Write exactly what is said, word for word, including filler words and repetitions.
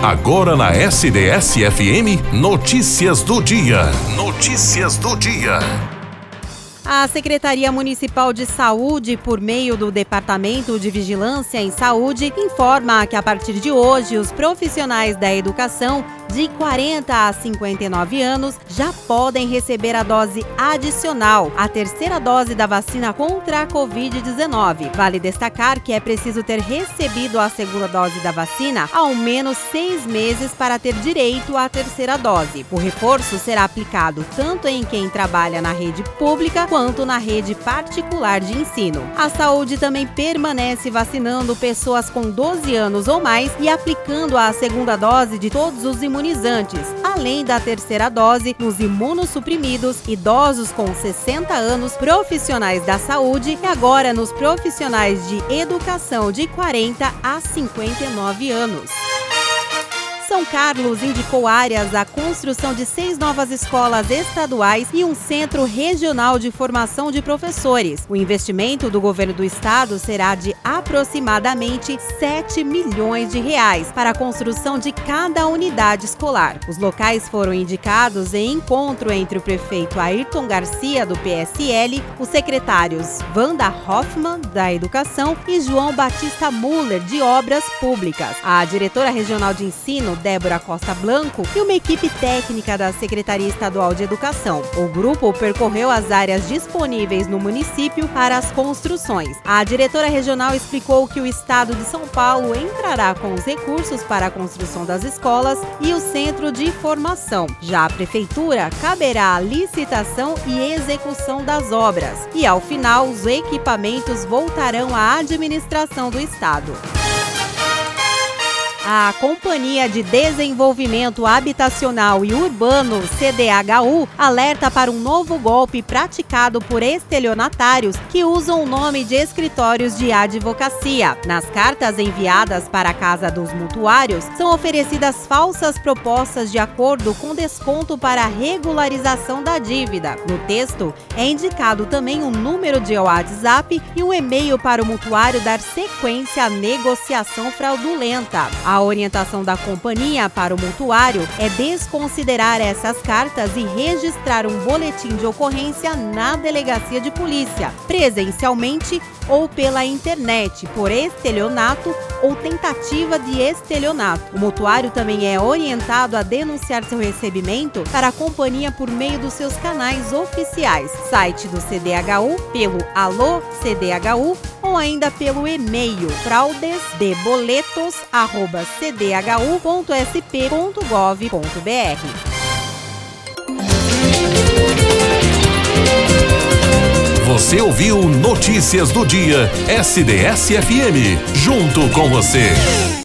Agora na S D S F M, notícias do dia. Notícias do dia. A Secretaria Municipal de Saúde, por meio do Departamento de Vigilância em Saúde, informa que a partir de hoje os profissionais da educação de quarenta a cinquenta e nove anos já podem receber a dose adicional, a terceira dose da vacina contra a covid dezenove. Vale destacar que é preciso ter recebido a segunda dose da vacina há ao menos seis meses para ter direito à terceira dose. O reforço será aplicado tanto em quem trabalha na rede pública quanto na rede particular de ensino. A saúde também permanece vacinando pessoas com doze anos ou mais e aplicando a segunda dose de todos os imunizantes, além da terceira dose nos imunossuprimidos, idosos com sessenta anos, profissionais da saúde e agora nos profissionais de educação de quarenta a cinquenta e nove anos. São Carlos indicou áreas à construção de seis novas escolas estaduais e um centro regional de formação de professores. O investimento do governo do estado será de aproximadamente sete milhões de reais para a construção de cada unidade escolar. Os locais foram indicados em encontro entre o prefeito Ayrton Garcia, do P S L, os secretários Wanda Hoffmann, da Educação, e João Batista Muller, de Obras Públicas. A diretora regional de ensino, Débora Costa Blanco, e uma equipe técnica da Secretaria Estadual de Educação. O grupo percorreu as áreas disponíveis no município para as construções. A diretora regional explicou que o estado de São Paulo entrará com os recursos para a construção das escolas e o centro de formação. Já a prefeitura caberá a licitação e execução das obras. E, ao final, os equipamentos voltarão à administração do estado. A Companhia de Desenvolvimento Habitacional e Urbano, C D H U, alerta para um novo golpe praticado por estelionatários que usam o nome de escritórios de advocacia. Nas cartas enviadas para a Casa dos Mutuários, são oferecidas falsas propostas de acordo com desconto para a regularização da dívida. No texto, é indicado também um número de WhatsApp e um e-mail para o mutuário dar sequência à negociação fraudulenta. A orientação da companhia para o mutuário é desconsiderar essas cartas e registrar um boletim de ocorrência na delegacia de polícia, presencialmente ou pela internet, por estelionato ou tentativa de estelionato. O mutuário também é orientado a denunciar seu recebimento para a companhia por meio dos seus canais oficiais, site do C D H U, pelo Alô C D H U ou ainda pelo e-mail fraudes de boletos arroba c d h u ponto s p ponto gov ponto b r. Você ouviu Notícias do Dia, S D S F M, junto com você.